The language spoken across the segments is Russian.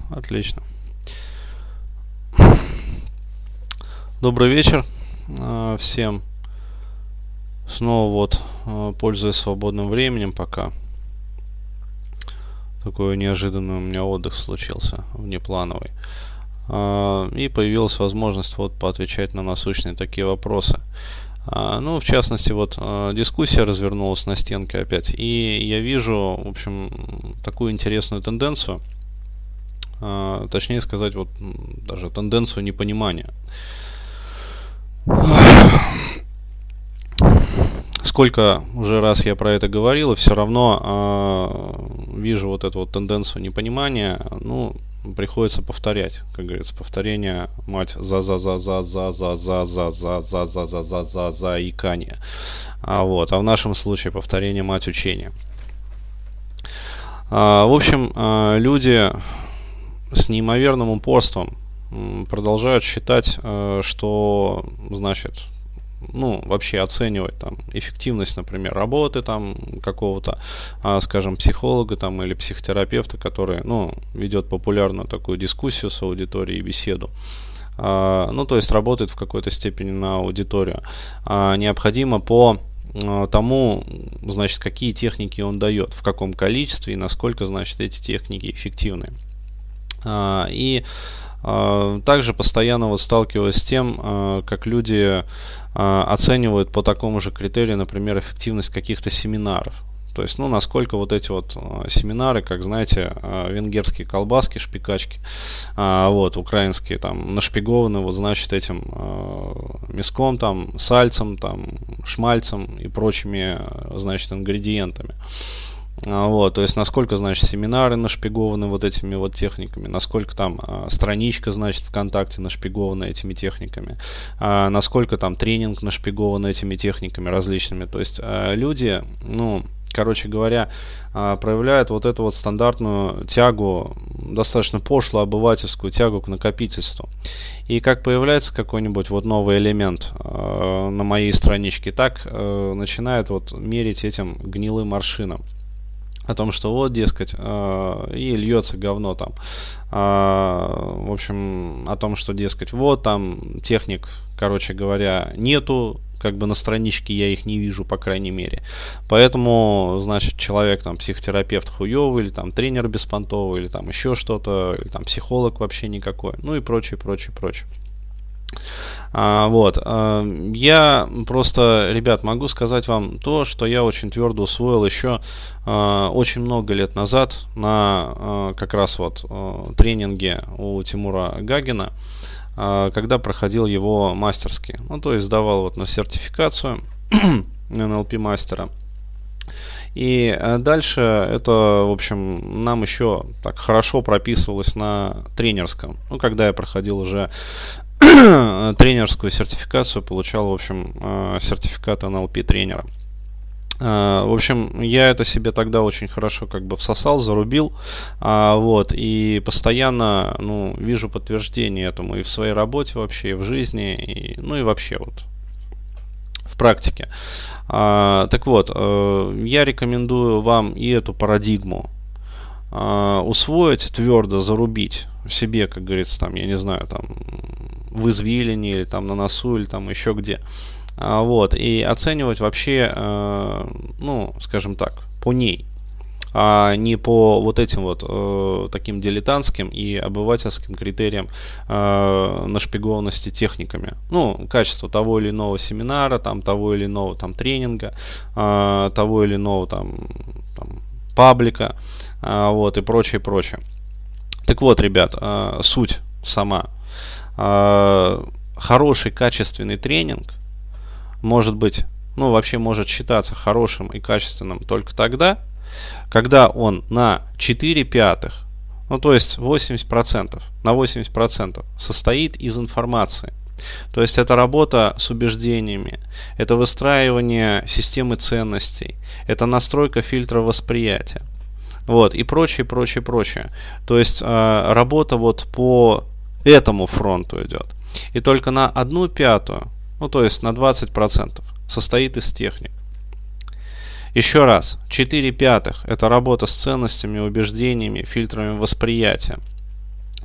Отлично. Добрый вечер всем. Снова вот пользуясь свободным временем пока. Такой неожиданный у меня отдых случился, внеплановый. И появилась возможность вот поотвечать на насущные такие вопросы. Ну, в частности, вот дискуссия развернулась на стенке опять. И я вижу, в общем, такую интересную тенденцию. Точнее сказать, вот даже тенденцию непонимания. Сколько уже раз я про это говорил, и все равно вижу вот эту вот тенденцию непонимания. Ну, приходится повторять, как говорится, повторение мать заикание. Вот, а в нашем случае повторение мать учения. В общем, люди с неимоверным упорством продолжают считать, что, значит, ну, вообще оценивать там эффективность, например, работы там какого-то, скажем, психолога там или психотерапевта, который, ну, ведет популярную такую дискуссию с аудиторией, беседу. Ну, то есть работает в какой-то степени на аудиторию. Необходимо по тому, значит, какие техники он дает, в каком количестве и насколько, значит, эти техники эффективны. И также постоянно вот сталкиваюсь с тем, как люди оценивают по такому же критерию, например, эффективность каких-то семинаров. То есть, ну, насколько вот эти вот семинары, как, знаете, венгерские колбаски, шпикачки, вот, украинские, там, нашпигованы, вот, значит, этим мяском, там, сальцем, там, шмальцем и прочими, значит, ингредиентами. Вот, то есть, насколько, значит, семинары нашпигованы вот этими вот техниками, насколько там страничка, значит, ВКонтакте нашпигована этими техниками, насколько там тренинг нашпигован этими техниками различными. То есть, люди, ну, короче говоря, проявляют вот эту вот стандартную тягу, достаточно пошлую обывательскую тягу к накопительству. И как появляется какой-нибудь вот новый элемент на моей страничке, так начинают вот мерить этим гнилым аршином. О том, что вот, дескать, и льется говно там. В общем, о том, что, дескать, вот там техник, короче говоря, нету, как бы на страничке я их не вижу, по крайней мере. Поэтому, значит, человек там психотерапевт хуёвый, или там тренер беспонтовый, или там еще что-то, или там психолог вообще никакой, ну и прочее, прочее, прочее. Вот. Я просто, ребят, могу сказать вам то, что я очень твердо усвоил еще очень много лет назад на как раз вот тренинге у Тимура Гагина, когда проходил его мастерский. Ну, то есть сдавал вот на сертификацию NLP мастера. И дальше это, в общем, нам еще так хорошо прописывалось на тренерском. Ну, когда я проходил уже тренерскую сертификацию, получал, в общем, сертификат NLP тренера. В общем, я это себе тогда очень хорошо как бы всосал, зарубил, вот, и постоянно, ну, вижу подтверждение этому и в своей работе вообще, и в жизни, и, ну, и вообще вот в практике. Так вот, я рекомендую вам и эту парадигму усвоить, твердо зарубить в себе, как говорится, там, я не знаю, там, в извилине, или там на носу, или там еще где. Вот, и оценивать вообще, ну, скажем так, по ней, а не по вот этим вот таким дилетантским и обывательским критериям нашпигованности техниками. Ну, качество того или иного семинара, там, того или иного там тренинга, того или иного там паблика, вот, и прочее, прочее. Так вот, ребят, суть сама. Хороший, качественный тренинг может быть, ну, вообще может считаться хорошим и качественным только тогда, когда он на 4/5, ну, то есть 80%, на 80% состоит из информации. То есть это работа с убеждениями, это выстраивание системы ценностей, это настройка фильтра восприятия, вот, и прочее, прочее, прочее. То есть работа вот по этому фронту идет. И только на 1/5, ну, то есть на 20% состоит из техник. Еще раз, 4/5 это работа с ценностями, убеждениями, фильтрами восприятия.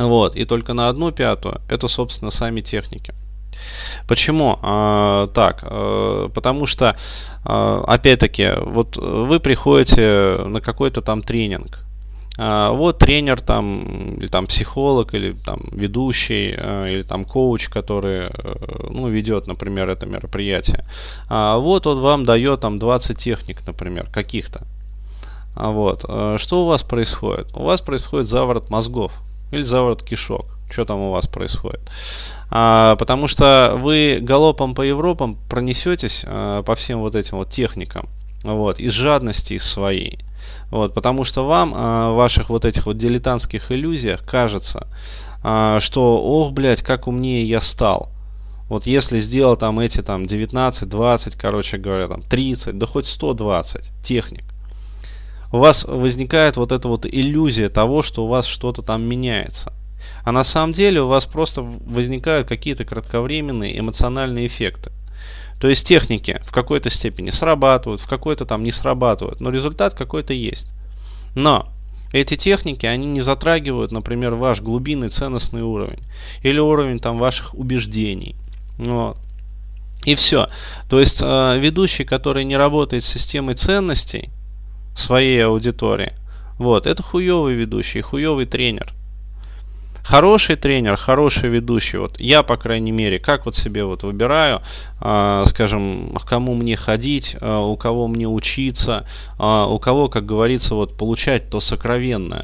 Вот, и только на 1/5 это, собственно, сами техники. Почему так? Потому что, опять-таки, вот вы приходите на какой-то там тренинг. Вот тренер там, или там психолог, или там ведущий, или там коуч, который ну, ведет, например, это мероприятие. Вот он вам дает там 20 техник, например, каких-то. Вот. Что у вас происходит? У вас происходит заворот мозгов или заворот кишок. Что там у вас происходит? Потому что вы галопом по Европам пронесетесь по всем вот этим вот техникам. Вот, из жадности, из своей. Вот, потому что вам в ваших вот этих вот дилетантских иллюзиях кажется, что, ох, блядь, как умнее я стал. Вот если сделал там эти там 19, 20, короче говоря, там 30, да хоть 120 техник, у вас возникает вот эта вот иллюзия того, что у вас что-то там меняется. А на самом деле у вас просто возникают какие-то кратковременные эмоциональные эффекты. То есть техники в какой-то степени срабатывают, в какой-то там не срабатывают, но результат какой-то есть. Но эти техники, они не затрагивают, например, ваш глубинный ценностный уровень или уровень там ваших убеждений. Вот. И все. То есть ведущий, который не работает с системой ценностей своей аудитории, вот, это хуёвый ведущий, хуёвый тренер. Хороший тренер, хороший ведущий, вот я, по крайней мере, как вот себе вот выбираю, скажем, к кому мне ходить, у кого мне учиться, у кого, как говорится, вот получать то сокровенное,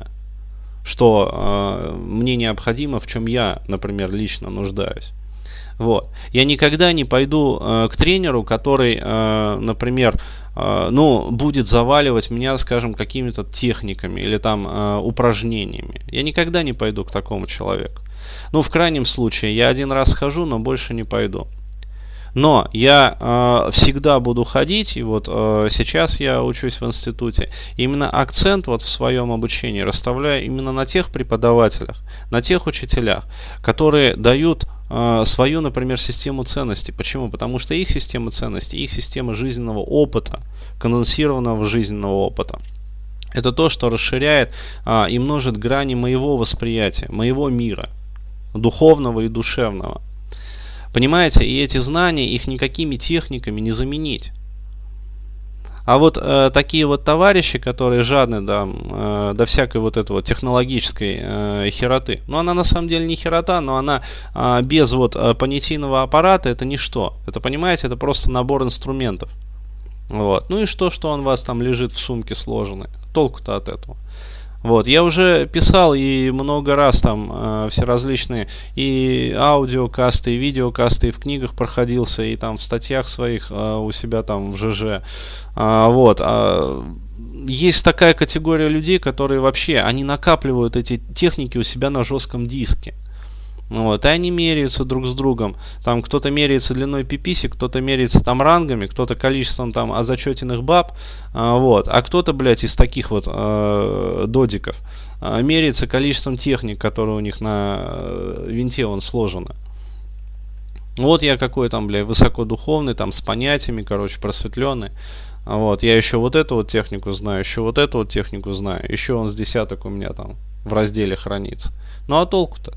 что мне необходимо, в чем я, например, лично нуждаюсь. Вот. Я никогда не пойду к тренеру, который, например, ну, будет заваливать меня, скажем, какими-то техниками или там упражнениями. Я никогда не пойду к такому человеку. Ну, в крайнем случае, я один раз схожу, но больше не пойду. Но я всегда буду ходить, и вот сейчас я учусь в институте. Именно акцент вот в своем обучении расставляю именно на тех преподавателях, на тех учителях, которые дают свою, например, систему ценностей. Почему? Потому что их система ценностей, их система жизненного опыта, конденсированного жизненного опыта, это то, что расширяет и множит грани моего восприятия, моего мира, духовного и душевного. Понимаете, и эти знания, их никакими техниками не заменить. А вот такие вот товарищи, которые жадны до всякой вот этой вот технологической хероты, ну она на самом деле не херота, но она без вот понятийного аппарата это ничто. Это, понимаете, это просто набор инструментов. Вот. Ну и что он у вас там лежит в сумке сложенной? Толку-то от этого. Вот, я уже писал и много раз там все различные и аудиокасты, и видеокасты, и в книгах проходился, и там в статьях своих у себя там в ЖЖ. Вот. Есть такая категория людей, которые вообще, они накапливают эти техники у себя на жестком диске. Вот, и они меряются друг с другом. Там кто-то меряется длиной пиписи, кто-то меряется там рангами, кто-то количеством там озачетенных баб, вот, а кто-то, блядь, из таких вот додиков меряется количеством техник, которые у них на винте он сложены. Вот я какой там, блядь, высокодуховный, там с понятиями, короче, просветленный. Вот, я еще вот эту вот технику знаю, еще вот эту вот технику знаю, еще он с десяток у меня там в разделе хранится. Ну а толку-то?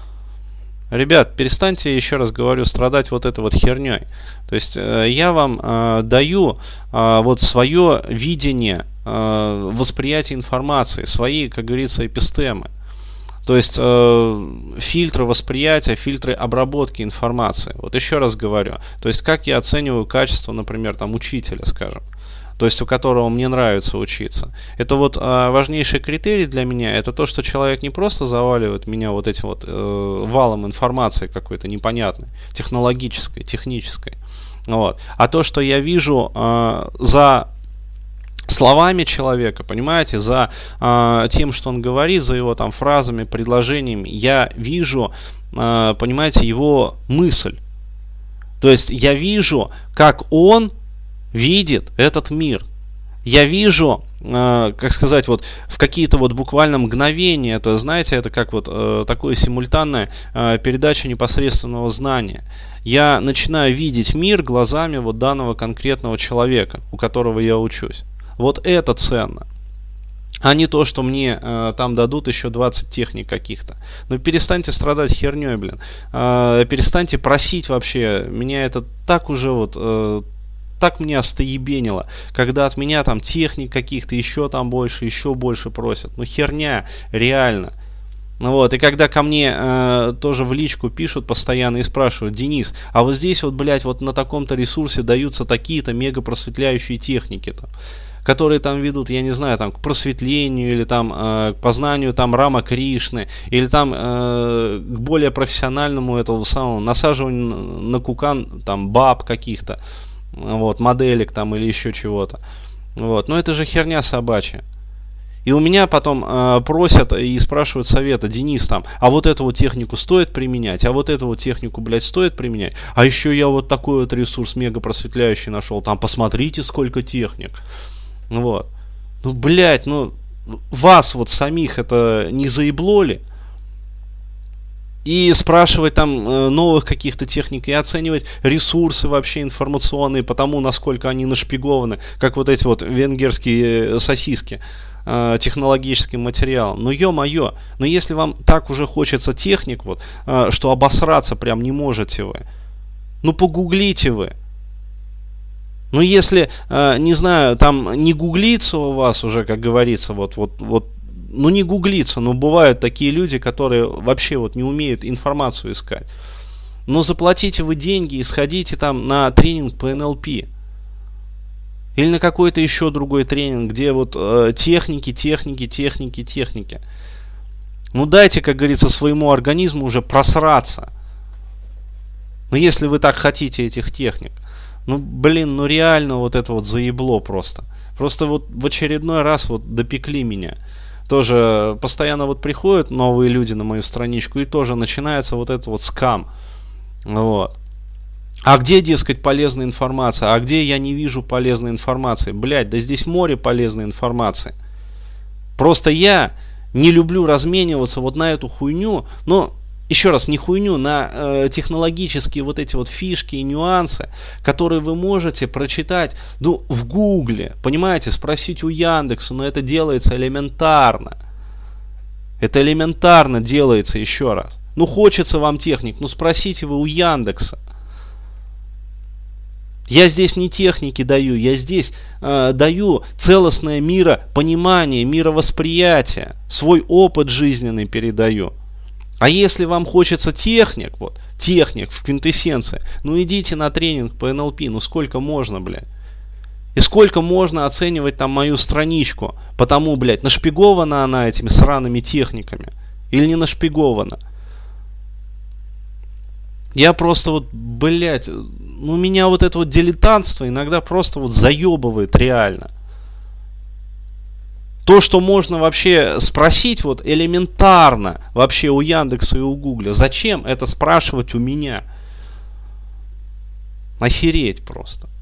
Ребят, перестаньте, еще раз говорю, страдать вот этой вот херней. То есть я вам даю вот свое видение восприятия информации, свои, как говорится, эпистемы. То есть фильтры восприятия, фильтры обработки информации. Вот еще раз говорю. То есть как я оцениваю качество, например, там учителя, скажем. То есть у которого мне нравится учиться. Это вот важнейший критерий для меня, это то, что человек не просто заваливает меня вот этим вот валом информации какой-то непонятной, технологической, технической, вот, а то, что я вижу за словами человека, понимаете, за тем, что он говорит, за его там фразами, предложениями, я вижу, понимаете, его мысль. То есть я вижу, как он видит этот мир. Я вижу, как сказать, вот в какие-то вот буквально мгновения, это, знаете, это как вот такое симультанная передача непосредственного знания. Я начинаю видеть мир глазами вот данного конкретного человека, у которого я учусь. Вот это ценно. а не то, что мне там дадут еще 20 техник каких-то. Ну перестаньте страдать херней, блин. Перестаньте просить вообще. Меня это так уже вот... так мне остоебенило, когда от меня там техник каких-то еще там больше, еще больше просят. Ну херня, реально. Ну вот, и когда ко мне тоже в личку пишут постоянно и спрашивают: Денис, а вот здесь вот, блядь, вот на таком-то ресурсе даются такие-то мега просветляющие техники там, которые там ведут, я не знаю, там, к просветлению, или там, к познанию там Рама Кришны, или там, к более профессиональному этого самого насаживанию на кукан там баб каких-то, вот, моделек там или еще чего-то. Вот, но это же херня собачья. И у меня потом просят и спрашивают совета: Денис, там, а вот эту вот технику стоит применять, а вот эту вот технику, блядь, стоит применять, а еще я вот такой вот ресурс мега просветляющий нашел, там, посмотрите, сколько техник. Вот. Ну, блядь, ну, вас вот самих это не заебло ли? И спрашивать там новых каких-то техник и оценивать ресурсы вообще информационные по тому, насколько они нашпигованы, как вот эти вот венгерские сосиски технологическим материалом. Ну ё-моё, но если вам так уже хочется техник, вот, что обосраться прям не можете вы, ну погуглите вы. Ну если, не знаю, там не гуглится у вас уже, как говорится, вот, ну не гуглится, но бывают такие люди, которые вообще вот не умеют информацию искать. Но заплатите вы деньги и сходите там на тренинг по НЛП. Или на какой-то еще другой тренинг, где вот техники. Ну дайте, как говорится, своему организму уже просраться. Ну если вы так хотите этих техник. Ну блин, ну реально вот это вот заебло просто. Просто вот в очередной раз вот допекли меня. Тоже постоянно вот приходят новые люди на мою страничку, и тоже начинается вот этот вот скам. Вот. А где, дескать, полезная информация? А где я не вижу полезной информации? Блядь, да здесь море полезной информации. Просто я не люблю размениваться вот на эту хуйню. Но, еще раз, не хуйню, на технологические вот эти вот фишки и нюансы, которые вы можете прочитать, ну, в Гугле. Понимаете, спросить у Яндекса, но это делается элементарно. Это элементарно делается, еще раз. Ну, хочется вам техник, ну, спросите вы у Яндекса. Я здесь не техники даю, я здесь даю целостное миропонимание, мировосприятие, свой опыт жизненный передаю. А если вам хочется техник, вот, техник в квинтэссенции, ну идите на тренинг по НЛП, ну сколько можно, блядь. И сколько можно оценивать там мою страничку, потому, блядь, нашпигована она этими сраными техниками или не нашпигована. Я просто вот, блядь, ну меня вот это вот дилетантство иногда просто вот заебывает реально. То, что можно вообще спросить вот элементарно вообще у Яндекса и у Гугля, зачем это спрашивать у меня? Охереть просто.